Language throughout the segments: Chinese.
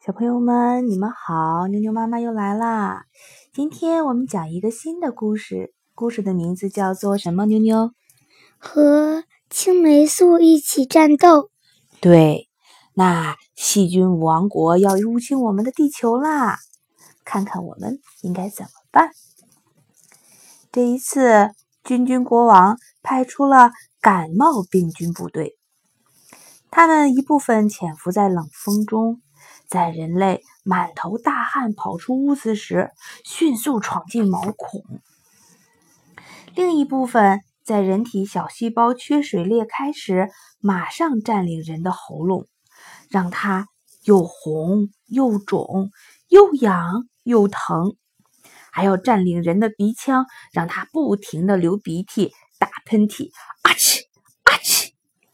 小朋友们，你们好，妞妞妈妈又来啦。今天我们讲一个新的故事，故事的名字叫做什么？妞妞？ 和青霉素一起战斗。 对，那细菌王国要入侵我们的地球啦，看看我们应该怎么办。这一次，君君国王派出了感冒病菌部队，他们一部分潜伏在冷风中，在人类满头大汗跑出屋子时，迅速闯进毛孔；另一部分在人体小细胞缺水裂开时，马上占领人的喉咙，让它又红又肿，又痒又疼；还要占领人的鼻腔，让它不停地流鼻涕、打喷嚏，啊嚏啊嚏。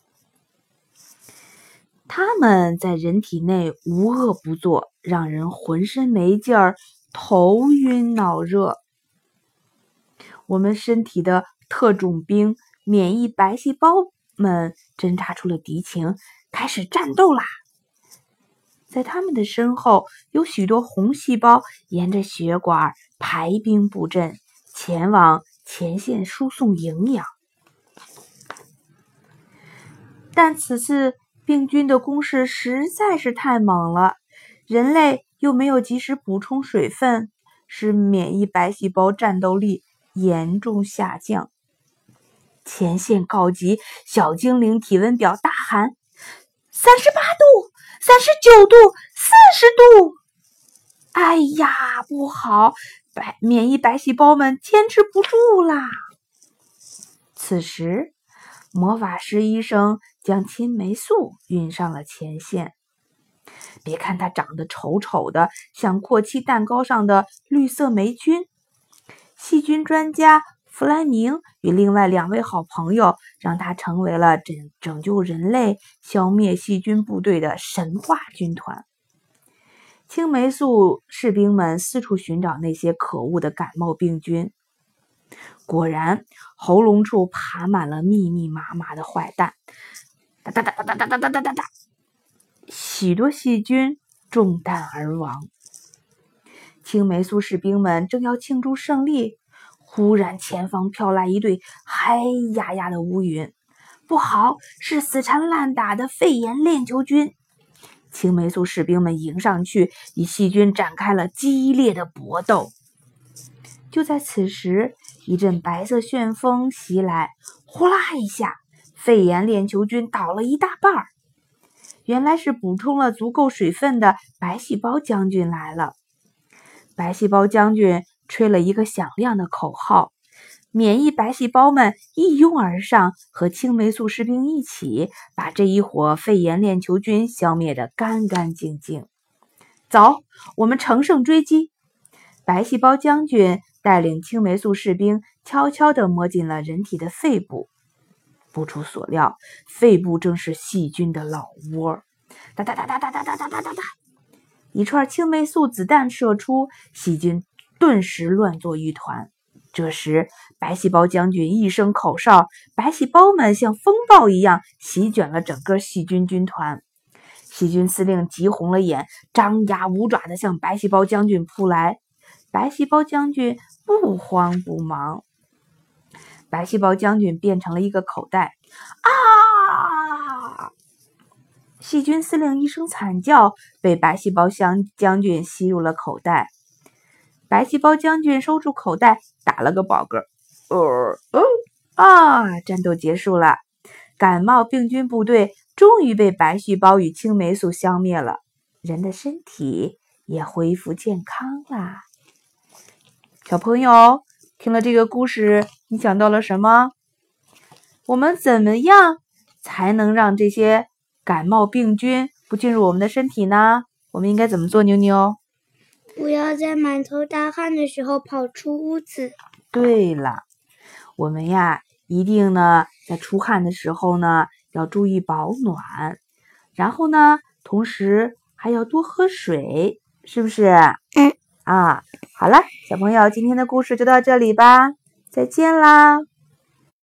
他们在人体内无恶不作，让人浑身没劲儿，头晕脑热。我们身体的特种兵免疫白细胞们侦察出了敌情，开始战斗啦！在他们的身后，有许多红细胞沿着血管排兵布阵，前往前线输送营养。但此次病菌的攻势实在是太猛了，人类又没有及时补充水分，使免疫白细胞战斗力严重下降。前线告急，小精灵体温表大喊：38度、39度、40度！哎呀，不好，免疫白细胞们坚持不住啦！此时，魔法师医生将青霉素运上了前线。别看它长得丑丑的，像过期蛋糕上的绿色霉菌，细菌专家弗莱明与另外2位好朋友让它成为了拯救人类、消灭细菌部队的神话军团。青霉素士兵们四处寻找那些可恶的感冒病菌，果然喉咙处爬满了密密麻麻的坏蛋，哒哒哒哒哒哒哒哒哒哒，许多细菌中弹而亡。青霉素士兵们正要庆祝胜利，忽然前方飘来一队黑压压的乌云，不好，是死缠烂打的肺炎链球菌。青霉素士兵们迎上去，与细菌展开了激烈的搏斗。就在此时，一阵白色旋风袭来，呼啦一下，肺炎链球菌倒了一大半儿。原来是补充了足够水分的白细胞将军来了。白细胞将军吹了一个响亮的口号，免疫白细胞们一拥而上，和青霉素士兵一起把这一伙肺炎链球菌消灭得干干净净。走，我们乘胜追击！白细胞将军带领青霉素士兵悄悄地摸进了人体的肺部。不出所料，肺部正是细菌的老窝。哒哒哒哒哒哒哒哒哒哒哒，一串青霉素子弹射出，细菌顿时乱作一团。这时，白细胞将军一声口哨，白细胞们像风暴一样席卷了整个细菌军团。细菌司令急红了眼，张牙舞爪地向白细胞将军扑来。白细胞将军不慌不忙，白细胞将军变成了一个口袋。啊！细菌司令一声惨叫，被白细胞将军吸入了口袋。白细胞将军收住口袋，打了个饱嗝。战斗结束了，感冒病菌部队终于被白细胞与青霉素消灭了，人的身体也恢复健康啦。小朋友，听了这个故事，你想到了什么？我们怎么样才能让这些感冒病菌不进入我们的身体呢？我们应该怎么做，妞妞？ 不要在满头大汗的时候跑出屋子。 对了，我们呀，一定呢，在出汗的时候呢，要注意保暖，然后呢，同时还要多喝水，是不是？好了，小朋友，今天的故事就到这里吧，再见啦。